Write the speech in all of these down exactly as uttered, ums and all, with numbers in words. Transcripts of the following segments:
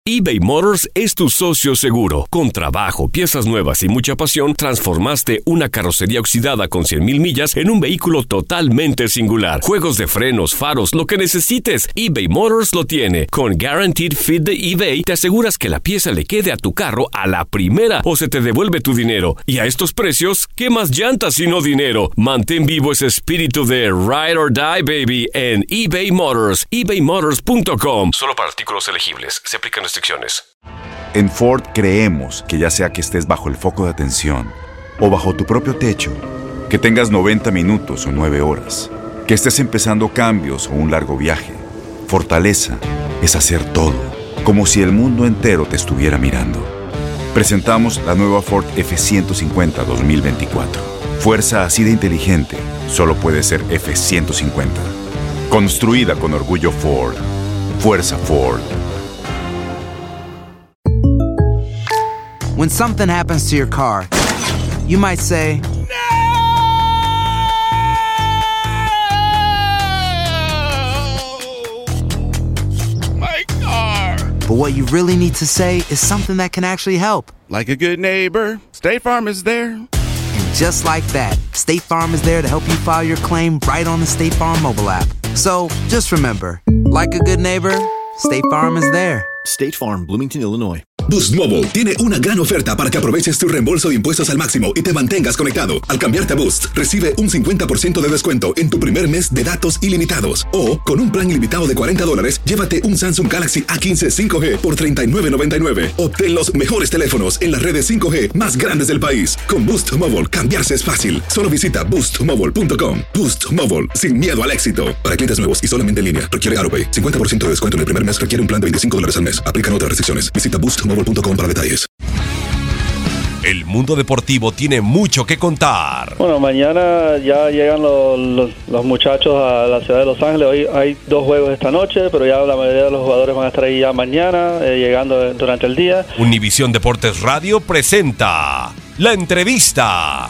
eBay Motors es tu socio seguro. Con trabajo, piezas nuevas y mucha pasión, transformaste una carrocería oxidada con cien mil millas en un vehículo totalmente singular. Juegos de frenos, faros, lo que necesites, eBay Motors lo tiene. Con Guaranteed Fit de eBay, te aseguras que la pieza le quede a tu carro a la primera o se te devuelve tu dinero. Y a estos precios, ¿qué más llantas sino dinero? Mantén vivo ese espíritu de Ride or Die, baby, en eBay Motors. ebay motors punto com. Solo para artículos elegibles. Se aplican restricciones. En Ford creemos que ya sea que estés bajo el foco de atención o bajo tu propio techo, que tengas noventa minutos o nueve horas, que estés empezando cambios o un largo viaje, fortaleza es hacer todo, como si el mundo entero te estuviera mirando. Presentamos la nueva Ford F ciento cincuenta dos mil veinticuatro. Fuerza así de inteligente solo puede ser F ciento cincuenta. Construida con orgullo Ford. Fuerza Ford. When something happens to your car, you might say, "No! My car!" But what you really need to say is something that can actually help. Like a good neighbor, State Farm is there. And just like that, State Farm is there to help you file your claim right on the State Farm mobile app. So, just remember, like a good neighbor, State Farm is there. State Farm, Bloomington, Illinois. Boost Mobile tiene una gran oferta para que aproveches tu reembolso de impuestos al máximo y te mantengas conectado. Al cambiarte a Boost, recibe un cincuenta por ciento de descuento en tu primer mes de datos ilimitados. O, con un plan ilimitado de cuarenta dólares, llévate un Samsung Galaxy A quince cinco G por treinta y nueve noventa y nueve. Obtén los mejores teléfonos en las redes cinco G más grandes del país. Con Boost Mobile, cambiarse es fácil. Solo visita boost mobile punto com. Boost Mobile, sin miedo al éxito. Para clientes nuevos y solamente en línea, requiere AutoPay. cincuenta por ciento de descuento en el primer mes requiere un plan de veinticinco dólares al mes. Aplican otras restricciones. Visita boost mobile punto com para detalles. El mundo deportivo tiene mucho que contar. Bueno, mañana ya llegan los, los, los muchachos a la ciudad de Los Ángeles. Hoy hay dos juegos esta noche, pero ya la mayoría de los jugadores van a estar ahí ya mañana, eh, llegando durante el día. Univisión Deportes Radio presenta La Entrevista.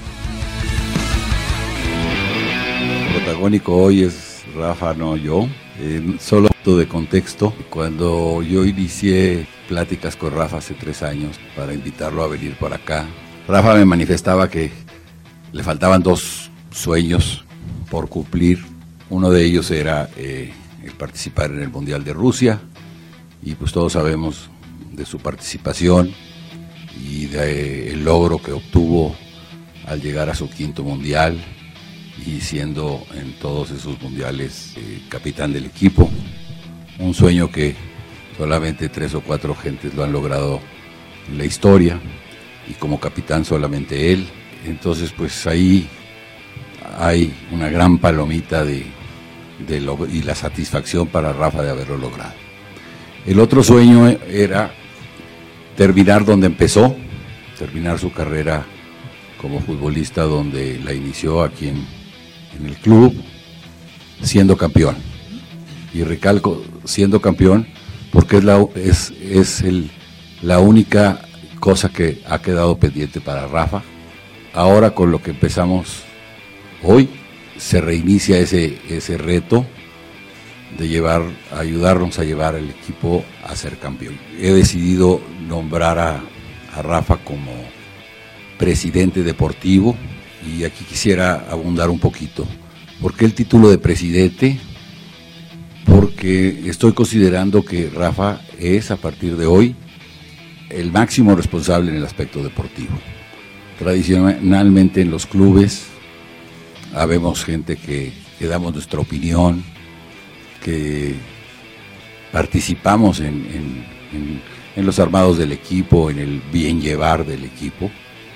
El protagónico hoy es Rafa, no yo. Eh, solo de contexto, cuando yo inicié pláticas con Rafa hace tres años para invitarlo a venir por acá, Rafa me manifestaba que le faltaban dos sueños por cumplir. Uno de ellos era eh, el participar en el Mundial de Rusia, y pues todos sabemos de su participación y del de logro que obtuvo al llegar a su quinto Mundial y siendo en todos esos mundiales eh, capitán del equipo. Un sueño que solamente tres o cuatro gentes lo han logrado en la historia, y como capitán solamente él. Entonces pues ahí hay una gran palomita de, de lo, y la satisfacción para Rafa de haberlo logrado. El otro sueño era terminar donde empezó, terminar su carrera como futbolista, donde la inició aquí en, en el club, siendo campeón. Y recalco, siendo campeón, porque es la, es, es el, la única cosa que ha quedado pendiente para Rafa. Ahora, con lo que empezamos hoy, se reinicia ese, ese reto de llevar, ayudarnos a llevar al equipo a ser campeón. He decidido nombrar a, a Rafa como presidente deportivo, y aquí quisiera abundar un poquito. ¿Por qué el título de presidente? Porque estoy considerando que Rafa es, a partir de hoy, el máximo responsable en el aspecto deportivo. Tradicionalmente en los clubes habemos gente que, que damos nuestra opinión, que participamos en, en, en, en los armados del equipo, en el bien llevar del equipo,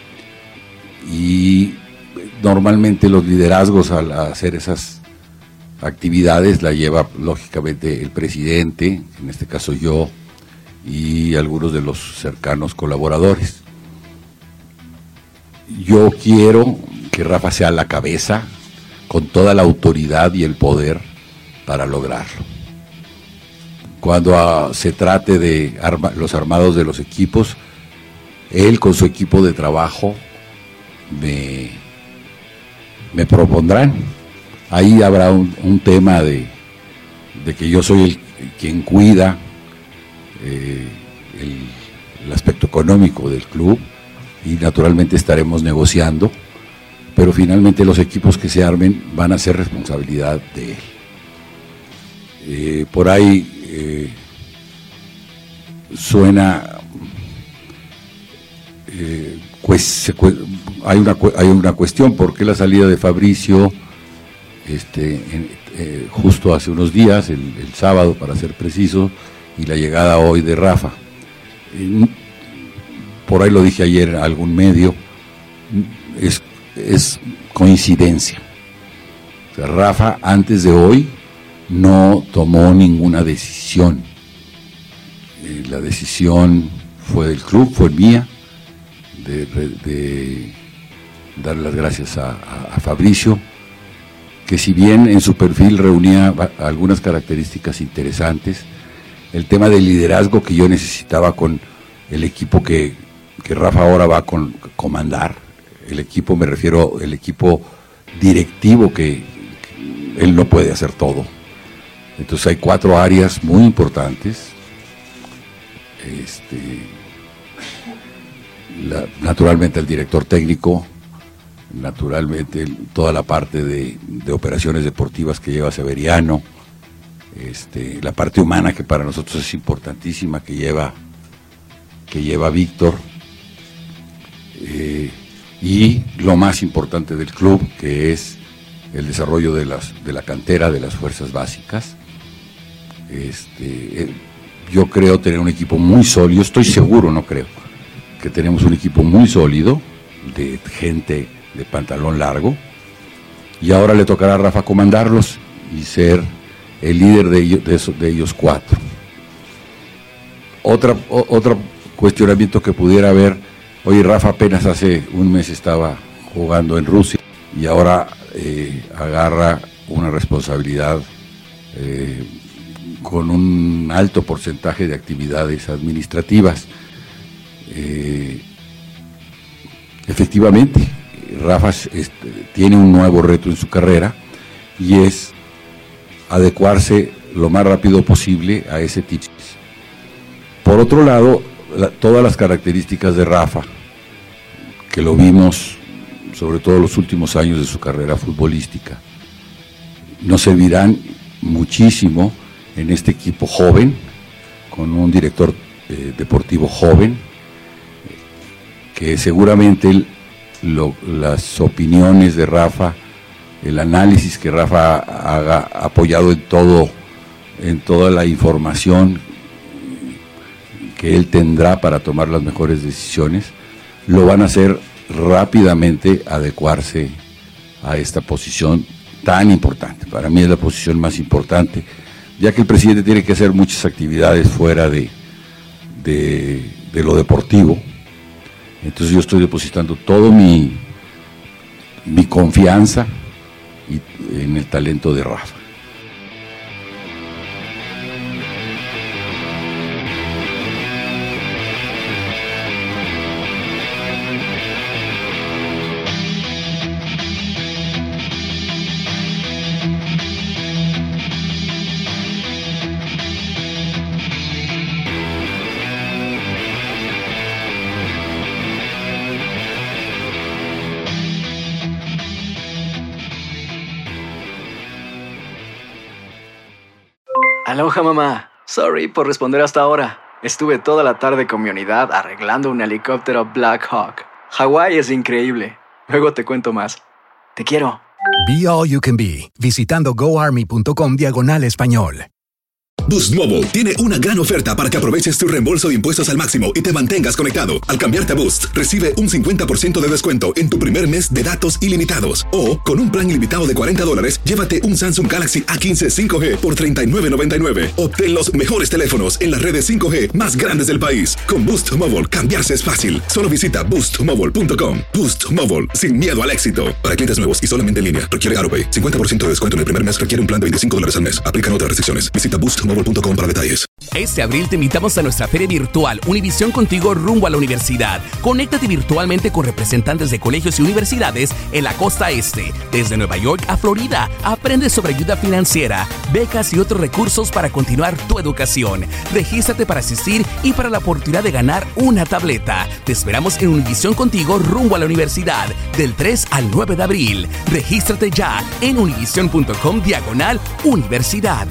y normalmente los liderazgos al hacer esas actividades la lleva lógicamente el presidente, en este caso yo, y algunos de los cercanos colaboradores. Yo quiero que Rafa sea la cabeza, con toda la autoridad y el poder para lograrlo. Cuando uh, se trate de arma, los armados de los equipos, él con su equipo de trabajo me, me propondrán. Ahí habrá un, un tema de, de que yo soy el quien cuida eh, el, el aspecto económico del club y naturalmente estaremos negociando, pero finalmente los equipos que se armen van a ser responsabilidad de él. Eh, por ahí eh, suena, eh, pues, se, hay, una, hay una cuestión, ¿por qué la salida de Fabricio este, en, eh, justo hace unos días, el, el sábado para ser preciso, y la llegada hoy de Rafa? Eh, por ahí lo dije ayer en algún medio, es, es coincidencia. O sea, Rafa antes de hoy no tomó ninguna decisión. Eh, la decisión fue del club, fue mía, de, de, de dar las gracias a, a, a Fabricio, que si bien en su perfil reunía algunas características interesantes, el tema del liderazgo que yo necesitaba con el equipo que, que Rafa ahora va a con, comandar, el equipo, me refiero el equipo directivo, que, que él no puede hacer todo. Entonces hay cuatro áreas muy importantes. Este, la, naturalmente el director técnico, naturalmente toda la parte de, de operaciones deportivas que lleva Severiano, este, la parte humana que para nosotros es importantísima, que lleva, que lleva Víctor, eh, y lo más importante del club, que es el desarrollo de, las, de la cantera, de las fuerzas básicas. Este, yo creo tener un equipo muy sólido, estoy seguro, no creo, que tenemos un equipo muy sólido, de gente de pantalón largo, y ahora le tocará a Rafa comandarlos y ser el líder de ellos, de esos, de ellos cuatro. Otra, o, otro cuestionamiento que pudiera haber: oye, Rafa apenas hace un mes estaba jugando en Rusia y ahora eh, agarra una responsabilidad eh, con un alto porcentaje de actividades administrativas. Eh, efectivamente, Rafa este, tiene un nuevo reto en su carrera, y es adecuarse lo más rápido posible a ese tipo. Por otro lado, la, todas las características de Rafa, que lo vimos sobre todo los últimos años de su carrera futbolística, nos servirán muchísimo en este equipo joven, con un director eh, deportivo joven, que seguramente el, lo, las opiniones de Rafa, el análisis que Rafa haga apoyado en todo, en toda la información que él tendrá para tomar las mejores decisiones, lo van a hacer rápidamente adecuarse a esta posición tan importante. Para mí es la posición más importante, ya que el presidente tiene que hacer muchas actividades fuera de, de, de lo deportivo. Entonces yo estoy depositando todo mi, mi confianza y, en el talento de Rafa. Aloha, mamá. Sorry por responder hasta ahora. Estuve toda la tarde con mi unidad arreglando un helicóptero Black Hawk. Hawái es increíble. Luego te cuento más. Te quiero. Be All You Can Be, visitando goarmy.com diagonal español. Boost Mobile tiene una gran oferta para que aproveches tu reembolso de impuestos al máximo y te mantengas conectado. Al cambiarte a Boost, recibe un cincuenta por ciento de descuento en tu primer mes de datos ilimitados. O, con un plan ilimitado de cuarenta dólares, llévate un Samsung Galaxy A quince cinco G por treinta y nueve noventa y nueve. Obtén los mejores teléfonos en las redes cinco G más grandes del país. Con Boost Mobile, cambiarse es fácil. Solo visita boost mobile punto com. Boost Mobile, sin miedo al éxito. Para clientes nuevos y solamente en línea, requiere AutoPay. cincuenta por ciento de descuento en el primer mes, requiere un plan de veinticinco dólares al mes. Aplican otras restricciones. Visita boost mobile punto com para detalles. Este abril te invitamos a nuestra feria virtual Univisión Contigo rumbo a la universidad. Conéctate virtualmente con representantes de colegios y universidades en la costa este, desde Nueva York a Florida. Aprende sobre ayuda financiera, becas y otros recursos para continuar tu educación. Regístrate para asistir y para la oportunidad de ganar una tableta. Te esperamos en Univisión Contigo rumbo a la universidad del tres al nueve de abril. Regístrate ya en univision.com diagonal universidad.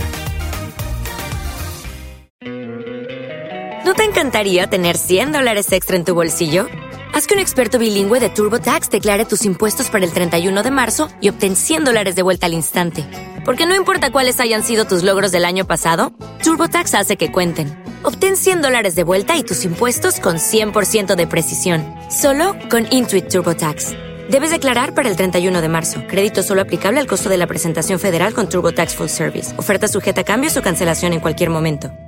¿No te encantaría tener cien dólares extra en tu bolsillo? Haz que un experto bilingüe de TurboTax declare tus impuestos para el treinta y uno de marzo y obtén cien dólares de vuelta al instante. Porque no importa cuáles hayan sido tus logros del año pasado, TurboTax hace que cuenten. Obtén cien dólares de vuelta y tus impuestos con cien por ciento de precisión. Solo con Intuit TurboTax. Debes declarar para el treinta y uno de marzo. Crédito solo aplicable al costo de la presentación federal con TurboTax Full Service. Oferta sujeta a cambios o cancelación en cualquier momento.